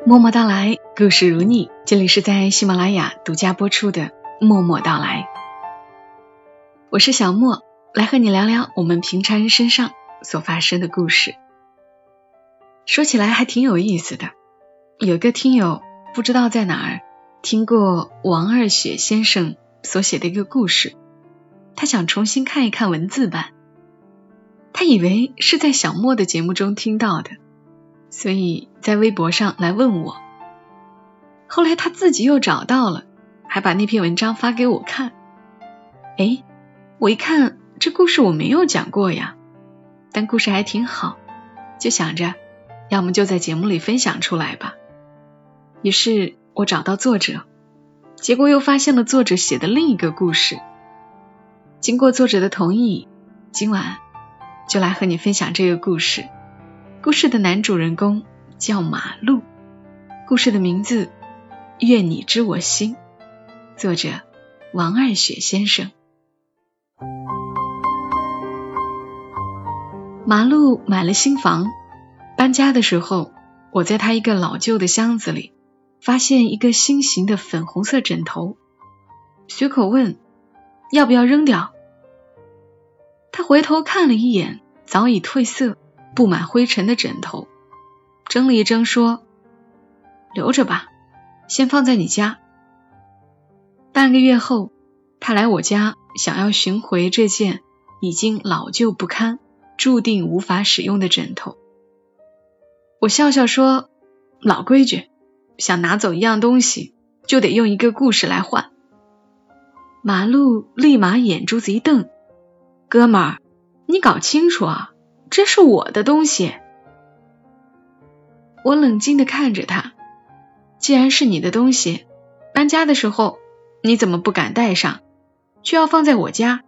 默默到来，故事如你，这里是在喜马拉雅独家播出的默默到来。我是小默，来和你聊聊我们平常人身上所发生的故事。说起来还挺有意思的，有个听友不知道在哪儿听过王二雪先生所写的一个故事，他想重新看一看文字版，他以为是在小默的节目中听到的，所以在微博上来问我。后来他自己又找到了，还把那篇文章发给我看。我一看这故事我没有讲过呀，但故事还挺好，就想着要么就在节目里分享出来吧。于是我找到作者，结果又发现了作者写的另一个故事。经过作者的同意，今晚就来和你分享这个故事。故事的男主人公叫马路，故事的名字愿你知我心，作者王二雪先生。马路买了新房，搬家的时候，我在他一个老旧的箱子里发现一个新型的粉红色枕头，随口问要不要扔掉。他回头看了一眼早已褪色布满灰尘的枕头，怔了一怔说，留着吧，先放在你家。半个月后，他来我家想要寻回这件已经老旧不堪注定无法使用的枕头。我笑笑说，老规矩，想拿走一样东西就得用一个故事来换。马路立马眼珠子一瞪，哥们儿，你搞清楚啊，这是我的东西。我冷静地看着他，既然是你的东西，搬家的时候你怎么不敢带上，却要放在我家？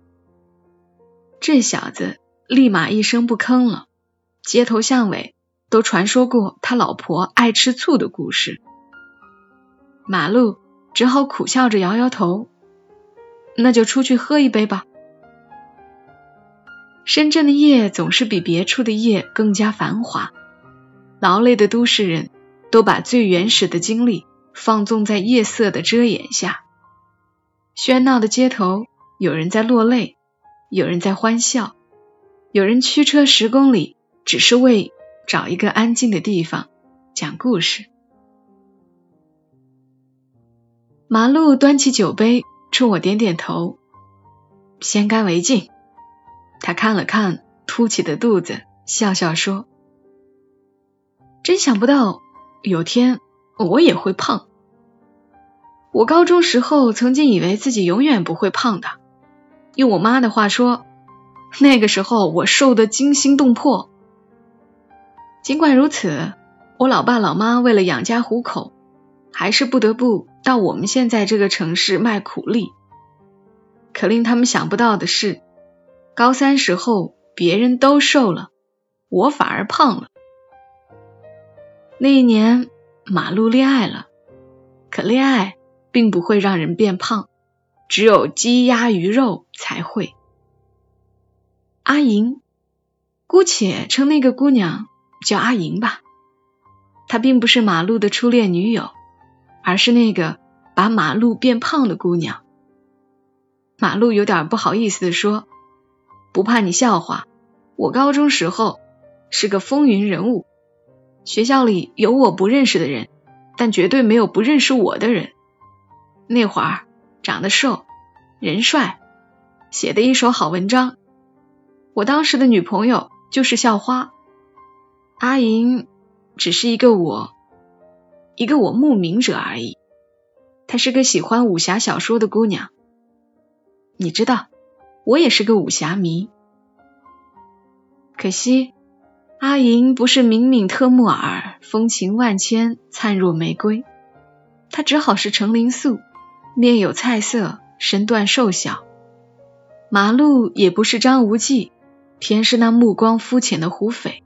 这小子立马一声不吭了，街头巷尾都传说过他老婆爱吃醋的故事。马路只好苦笑着摇摇头，那就出去喝一杯吧。深圳的夜总是比别处的夜更加繁华，劳累的都市人都把最原始的精力放纵在夜色的遮掩下。喧闹的街头，有人在落泪，有人在欢笑，有人驱车10公里，只是为找一个安静的地方讲故事。马路端起酒杯冲我点点头，先干为敬。他看了看凸起的肚子，笑笑说，真想不到有天我也会胖。我高中时候曾经以为自己永远不会胖的，用我妈的话说，那个时候我瘦得惊心动魄。尽管如此，我老爸老妈为了养家糊口，还是不得不到我们现在这个城市卖苦力。可令他们想不到的是，高3时候别人都瘦了，我反而胖了。那一年马路恋爱了，可恋爱并不会让人变胖，只有鸡鸭鱼肉才会。阿莹，姑且称那个姑娘叫阿莹吧，她并不是马路的初恋女友，而是那个把马路变胖的姑娘。马路有点不好意思地说，不怕你笑话，我高中时候是个风云人物，学校里有我不认识的人，但绝对没有不认识我的人。那会儿长得瘦，人帅，写的一手好文章。我当时的女朋友就是校花，阿莹只是一个我慕名者而已。她是个喜欢武侠小说的姑娘，你知道，我也是个武侠迷。可惜阿莹不是明敏特木尔，风情万千，灿若玫瑰，她只好是程灵素，面有菜色，身段瘦小。马路也不是张无忌，偏是那目光肤浅的胡斐。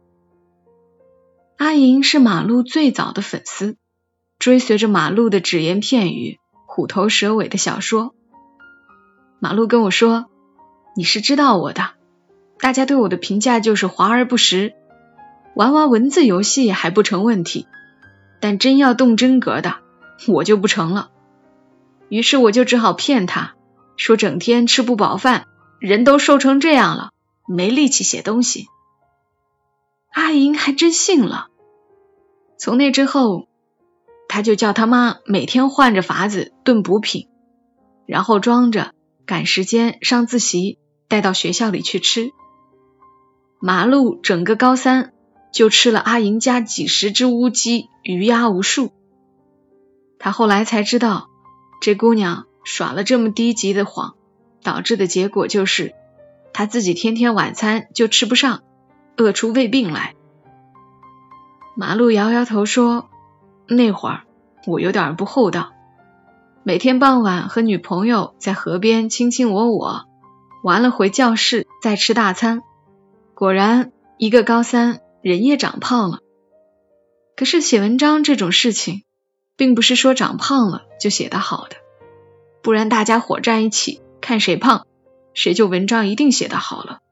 阿莹是马路最早的粉丝，追随着马路的只言片语，虎头蛇尾的小说。马路跟我说，你是知道我的，大家对我的评价就是华而不实，玩玩文字游戏还不成问题， 但真要动真格的，我就不成了。于是我就只好骗他，说整天吃不饱饭，人都瘦成这样了，没力气写东西。阿银还真信了。从那之后，他就叫他妈每天换着法子炖补品，然后装着赶时间上自习带到学校里去吃。马路整个高三就吃了阿银家几十只乌鸡，鱼鸭无数。他后来才知道，这姑娘耍了这么低级的谎，导致的结果就是他自己天天晚餐就吃不上，饿出胃病来。马路摇摇头说，那会儿我有点不厚道，每天傍晚和女朋友在河边卿卿我我，完了回教室再吃大餐，果然一个高三人也长胖了。可是写文章这种事情，并不是说长胖了就写得好的，不然大家伙站一起看谁胖，谁就文章一定写得好了。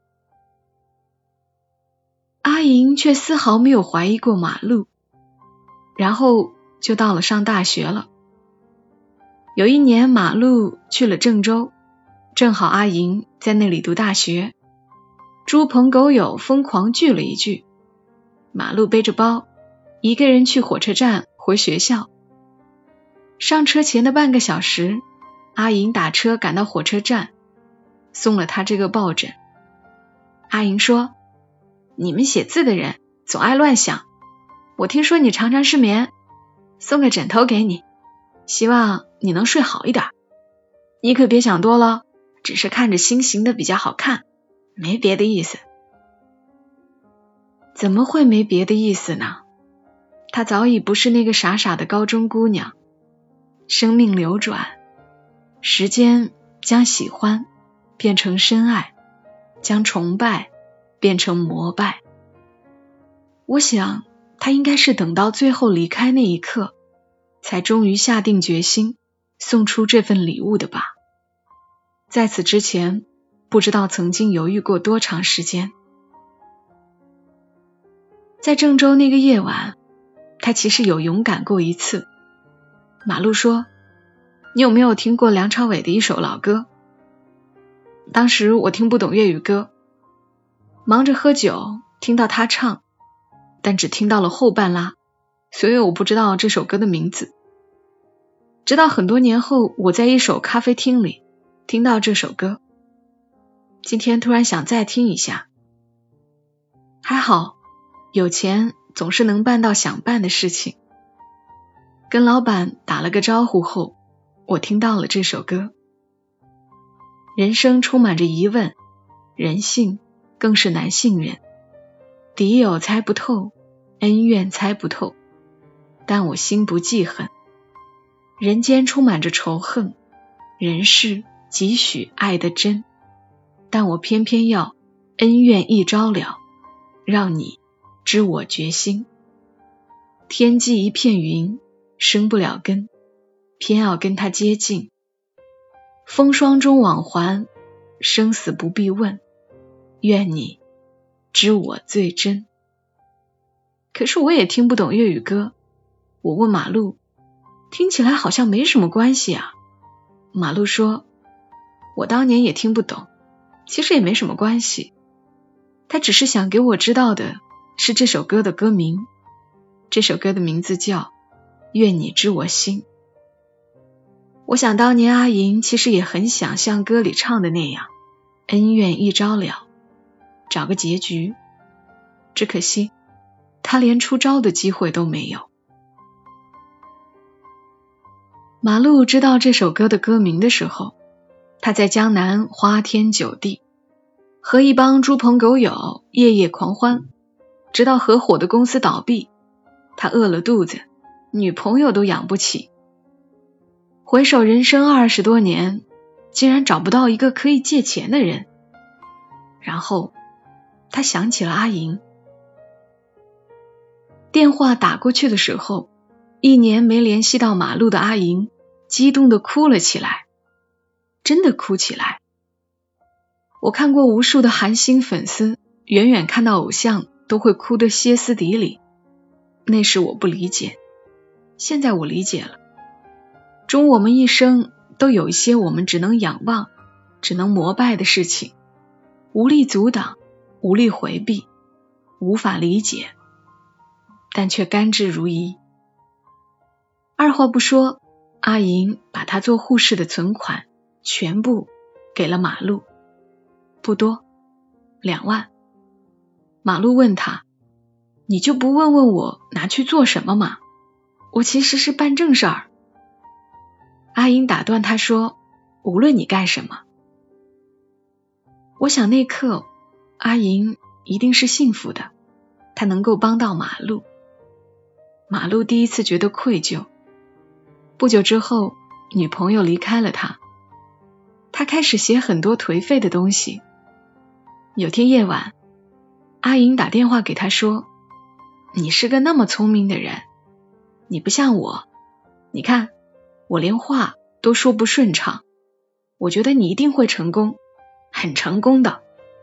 阿银却丝毫没有怀疑过马路，然后就到了上大学了。有一年马路去了郑州，正好阿银在那里读大学，猪朋狗友疯狂聚了一聚，马路背着包，一个人去火车站回学校。上车前的半个小时，阿银打车赶到火车站，送了他这个抱枕。阿银说，你们写字的人总爱乱想，我听说你常常失眠，送个枕头给你，希望你能睡好一点。你可别想多了，只是看着心形的比较好看，没别的意思。怎么会没别的意思呢？她早已不是那个傻傻的高中姑娘。生命流转，时间将喜欢变成深爱，将崇拜变成膜拜。我想她应该是等到最后离开那一刻，才终于下定决心送出这份礼物的吧。在此之前，不知道曾经犹豫过多长时间。在郑州那个夜晚，她其实有勇敢过一次。马路说，你有没有听过梁朝伟的一首老歌？当时我听不懂粤语歌，忙着喝酒，听到他唱，但只听到了后半拉，所以我不知道这首歌的名字。直到很多年后，我在一所咖啡厅里听到这首歌，今天突然想再听一下。还好，有钱总是能办到想办的事情。跟老板打了个招呼后，我听到了这首歌。人生充满着疑问，人性更是难信任，敌友猜不透，恩怨猜不透，但我心不记恨。人间充满着仇恨，人世几许爱得真，但我偏偏要恩怨一朝了，让你知我决心。天际一片云，生不了根，偏要跟他接近。风霜中往还，生死不必问，愿你知我最真。可是我也听不懂粤语歌，我问马路，听起来好像没什么关系啊。马路说，我当年也听不懂，其实也没什么关系，他只是想给我知道的是这首歌的歌名，这首歌的名字叫愿你知我心。我想当年阿银其实也很想像歌里唱的那样，恩怨一朝了，找个结局，只可惜他连出招的机会都没有。马路知道这首歌的歌名的时候，他在江南花天酒地，和一帮猪朋狗友夜夜狂欢，直到合伙的公司倒闭，他饿了肚子，女朋友都养不起。回首人生20多年，竟然找不到一个可以借钱的人。然后他想起了阿银。电话打过去的时候，1年没联系到马路的阿银激动地哭了起来，真的哭起来。我看过无数的韩星粉丝，远远看到偶像都会哭得歇斯底里，那时我不理解， 现在我理解了，终我们一生都有一些我们只能仰望，只能膜拜的事情，无力阻挡，无力回避，无法理解，但却甘之如饴。二话不说，阿莹把她做护士的存款全部给了马路，不多，2万。马路问她，你就不问问我拿去做什么吗？我其实是办正事儿。阿莹打断他说，无论你干什么。我想那刻阿莹一定是幸福的，她能够帮到马路。马路第一次觉得愧疚。不久之后，女朋友离开了他，他开始写很多颓废的东西。有天夜晚，阿莹打电话给他说，你是个那么聪明的人，你不像我，你看我连话都说不顺畅，我觉得你一定会成功，很成功的。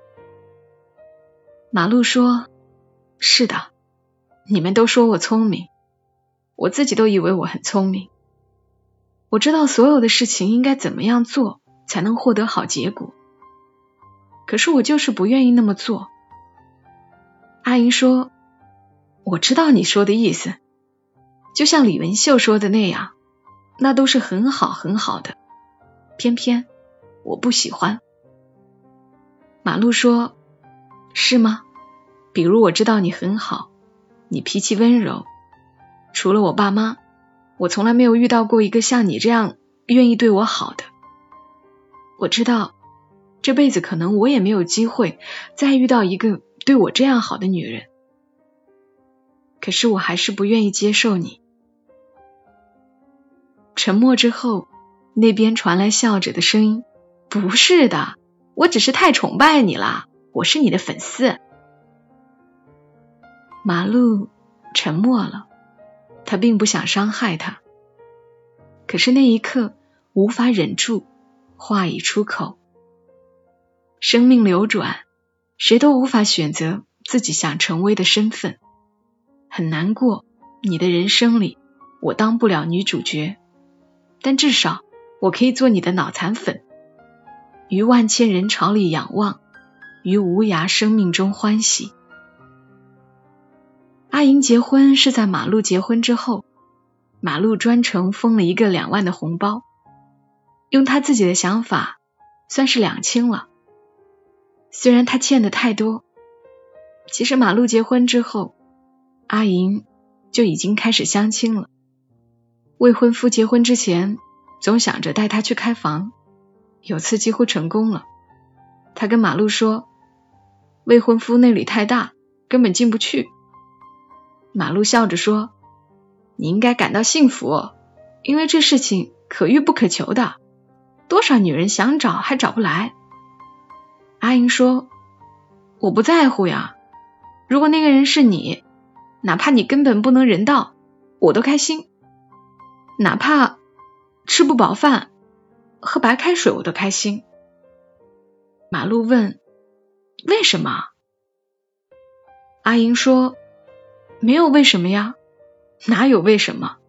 马路说，是的，你们都说我聪明，我自己都以为我很聪明，我知道所有的事情应该怎么样做才能获得好结果，可是我就是不愿意那么做。阿莹说，我知道你说的意思，就像李文秀说的那样，那都是很好很好的，偏偏我不喜欢。马路说，是吗？比如我知道你很好，你脾气温柔，除了我爸妈，我从来没有遇到过一个像你这样愿意对我好的。我知道这辈子可能我也没有机会再遇到一个对我这样好的女人，可是我还是不愿意接受你。沉默之后，那边传来笑着的声音，不是的，我只是太崇拜你了，我是你的粉丝。马路沉默了，他并不想伤害他，可是那一刻无法忍住，话已出口。生命流转，谁都无法选择自己想成为的身份。很难过，你的人生里我当不了女主角，但至少我可以做你的脑残粉，于万千人潮里仰望，于无涯生命中欢喜。阿莹结婚是在马路结婚之后，马路专程封了一个2万的红包，用他自己的想法算是2清了。虽然他欠的太多，其实马路结婚之后，阿莹就已经开始相亲了。未婚夫结婚之前总想着带他去开房，有次几乎成功了。他跟马路说，未婚夫那里太大，根本进不去。马路笑着说，你应该感到幸福，因为这事情可遇不可求的，多少女人想找还找不来。阿莹说，我不在乎呀，如果那个人是你，哪怕你根本不能人道，我都开心，哪怕吃不饱饭，喝白开水我都开心。马路问，为什么？阿莹说，没有为什么呀，哪有为什么？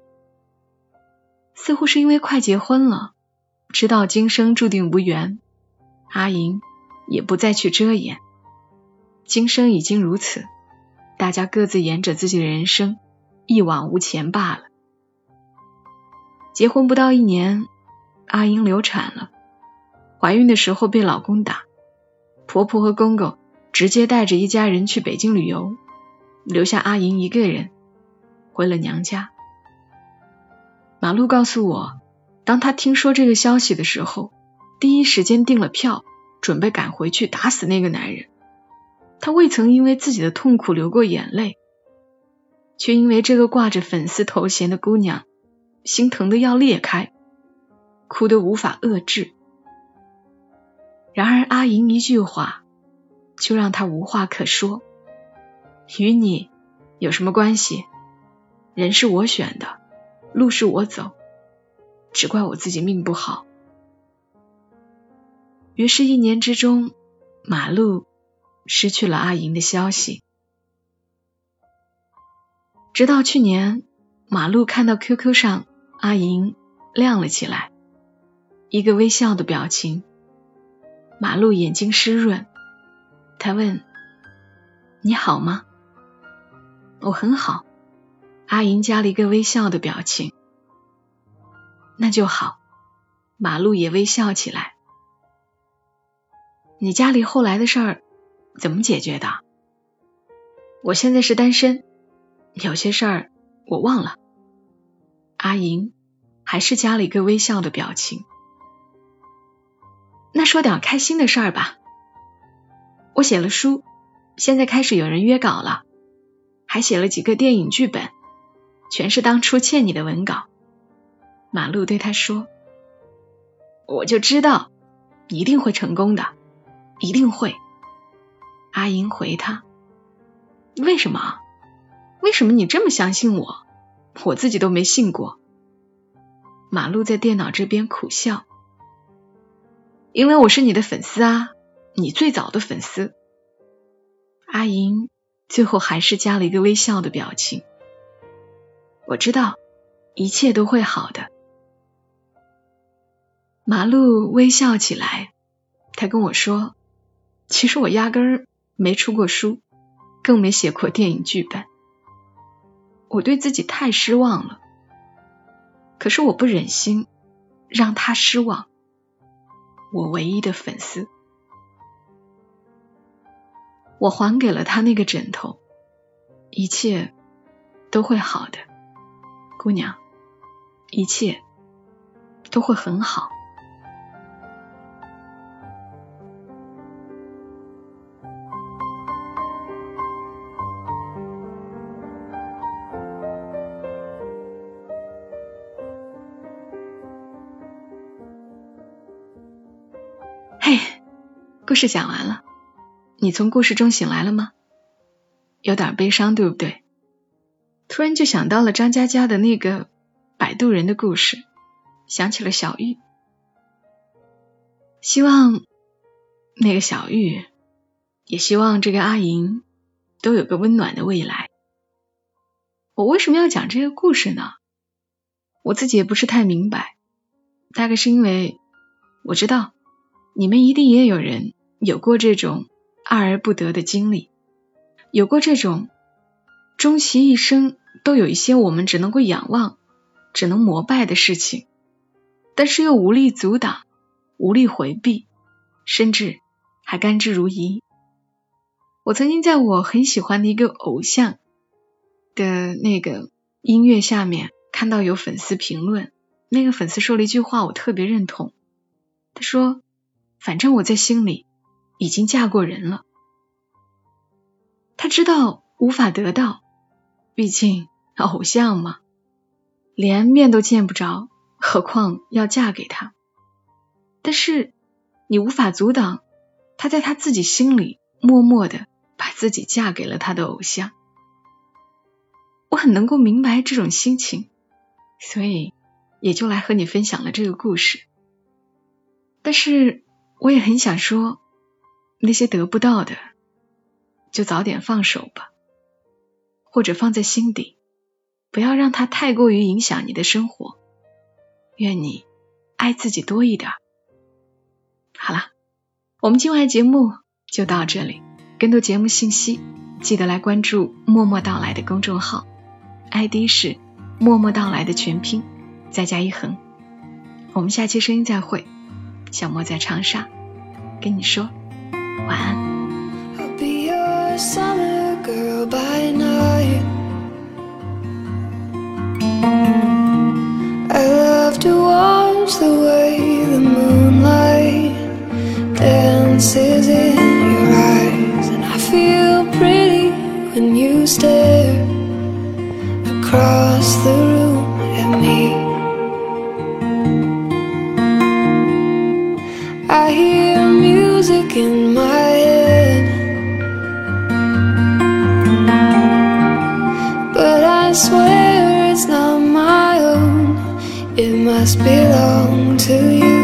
似乎是因为快结婚了，知道今生注定无缘，阿莹也不再去遮掩。今生已经如此，大家各自沿着自己的人生，一往无前罢了。结婚不到1年，阿莹流产了，怀孕的时候被老公打，婆婆和公公直接带着一家人去北京旅游，留下阿莹一个人回了娘家。马路告诉我，当他听说这个消息的时候，第一时间订了票，准备赶回去打死那个男人。他未曾因为自己的痛苦流过眼泪，却因为这个挂着粉丝头衔的姑娘心疼得要裂开，哭得无法遏制。然而阿莹一句话就让他无话可说，与你有什么关系？人是我选的，路是我走，只怪我自己命不好。于是1年之中，马路失去了阿莹的消息。直到去年， 马路看到 QQ 上阿莹亮了起来，一个微笑的表情。马路眼睛湿润，他问：你好吗？我很好。阿莹加了一个微笑的表情。那就好。马路也微笑起来。你家里后来的事儿怎么解决的？我现在是单身，有些事儿我忘了。阿莹还是加了一个微笑的表情。那说点开心的事儿吧。我写了书，现在开始有人约稿了，还写了几个电影剧本，全是当初欠你的文稿。马路对他说：我就知道一定会成功的，一定会。阿莹回他：为什么？为什么你这么相信我？我自己都没信过。马路在电脑这边苦笑：因为我是你的粉丝啊，你最早的粉丝。阿莹最后还是加了一个微笑的表情。我知道一切都会好的。马路微笑起来，他跟我说：其实我压根儿没出过书，更没写过电影剧本。我对自己太失望了，可是我不忍心让他失望，我唯一的粉丝。我还给了他那个枕头，一切都会好的，姑娘，一切都会很好。嘿，故事讲完了，你从故事中醒来了吗？有点悲伤，对不对？突然就想到了张嘉佳的那个摆渡人的故事，想起了小玉。希望那个小玉，也希望这个阿莹都有个温暖的未来。我为什么要讲这个故事呢？我自己也不是太明白，大概是因为我知道你们一定也有人有过这种爱而不得的经历，有过这种终其一生都有一些我们只能够仰望，只能膜拜的事情，但是又无力阻挡，无力回避，甚至还甘之如饴。我曾经在我很喜欢的一个偶像的那个音乐下面看到有粉丝评论，那个粉丝说了一句话我特别认同，他说：反正我在心里已经嫁过人了。他知道无法得到，毕竟偶像嘛，连面都见不着，何况要嫁给他。但是你无法阻挡他在他自己心里默默地把自己嫁给了他的偶像。我很能够明白这种心情，所以也就来和你分享了这个故事。但是我也很想说，那些得不到的就早点放手吧，或者放在心底，不要让它太过于影响你的生活。愿你爱自己多一点。好了，我们今晚节目就到这里，更多节目信息记得来关注默默到来的公众号， ID 是默默到来的全拼再加一横。我们下期声音再会，小莫在长沙跟你说晚安。 I'll be your summer girl by night. I love to watch the way the moonlight dances in your eyes, and I feel pretty when you stare across the room at me. I hear music in my head, but I swear it's not my own. It must belong to you.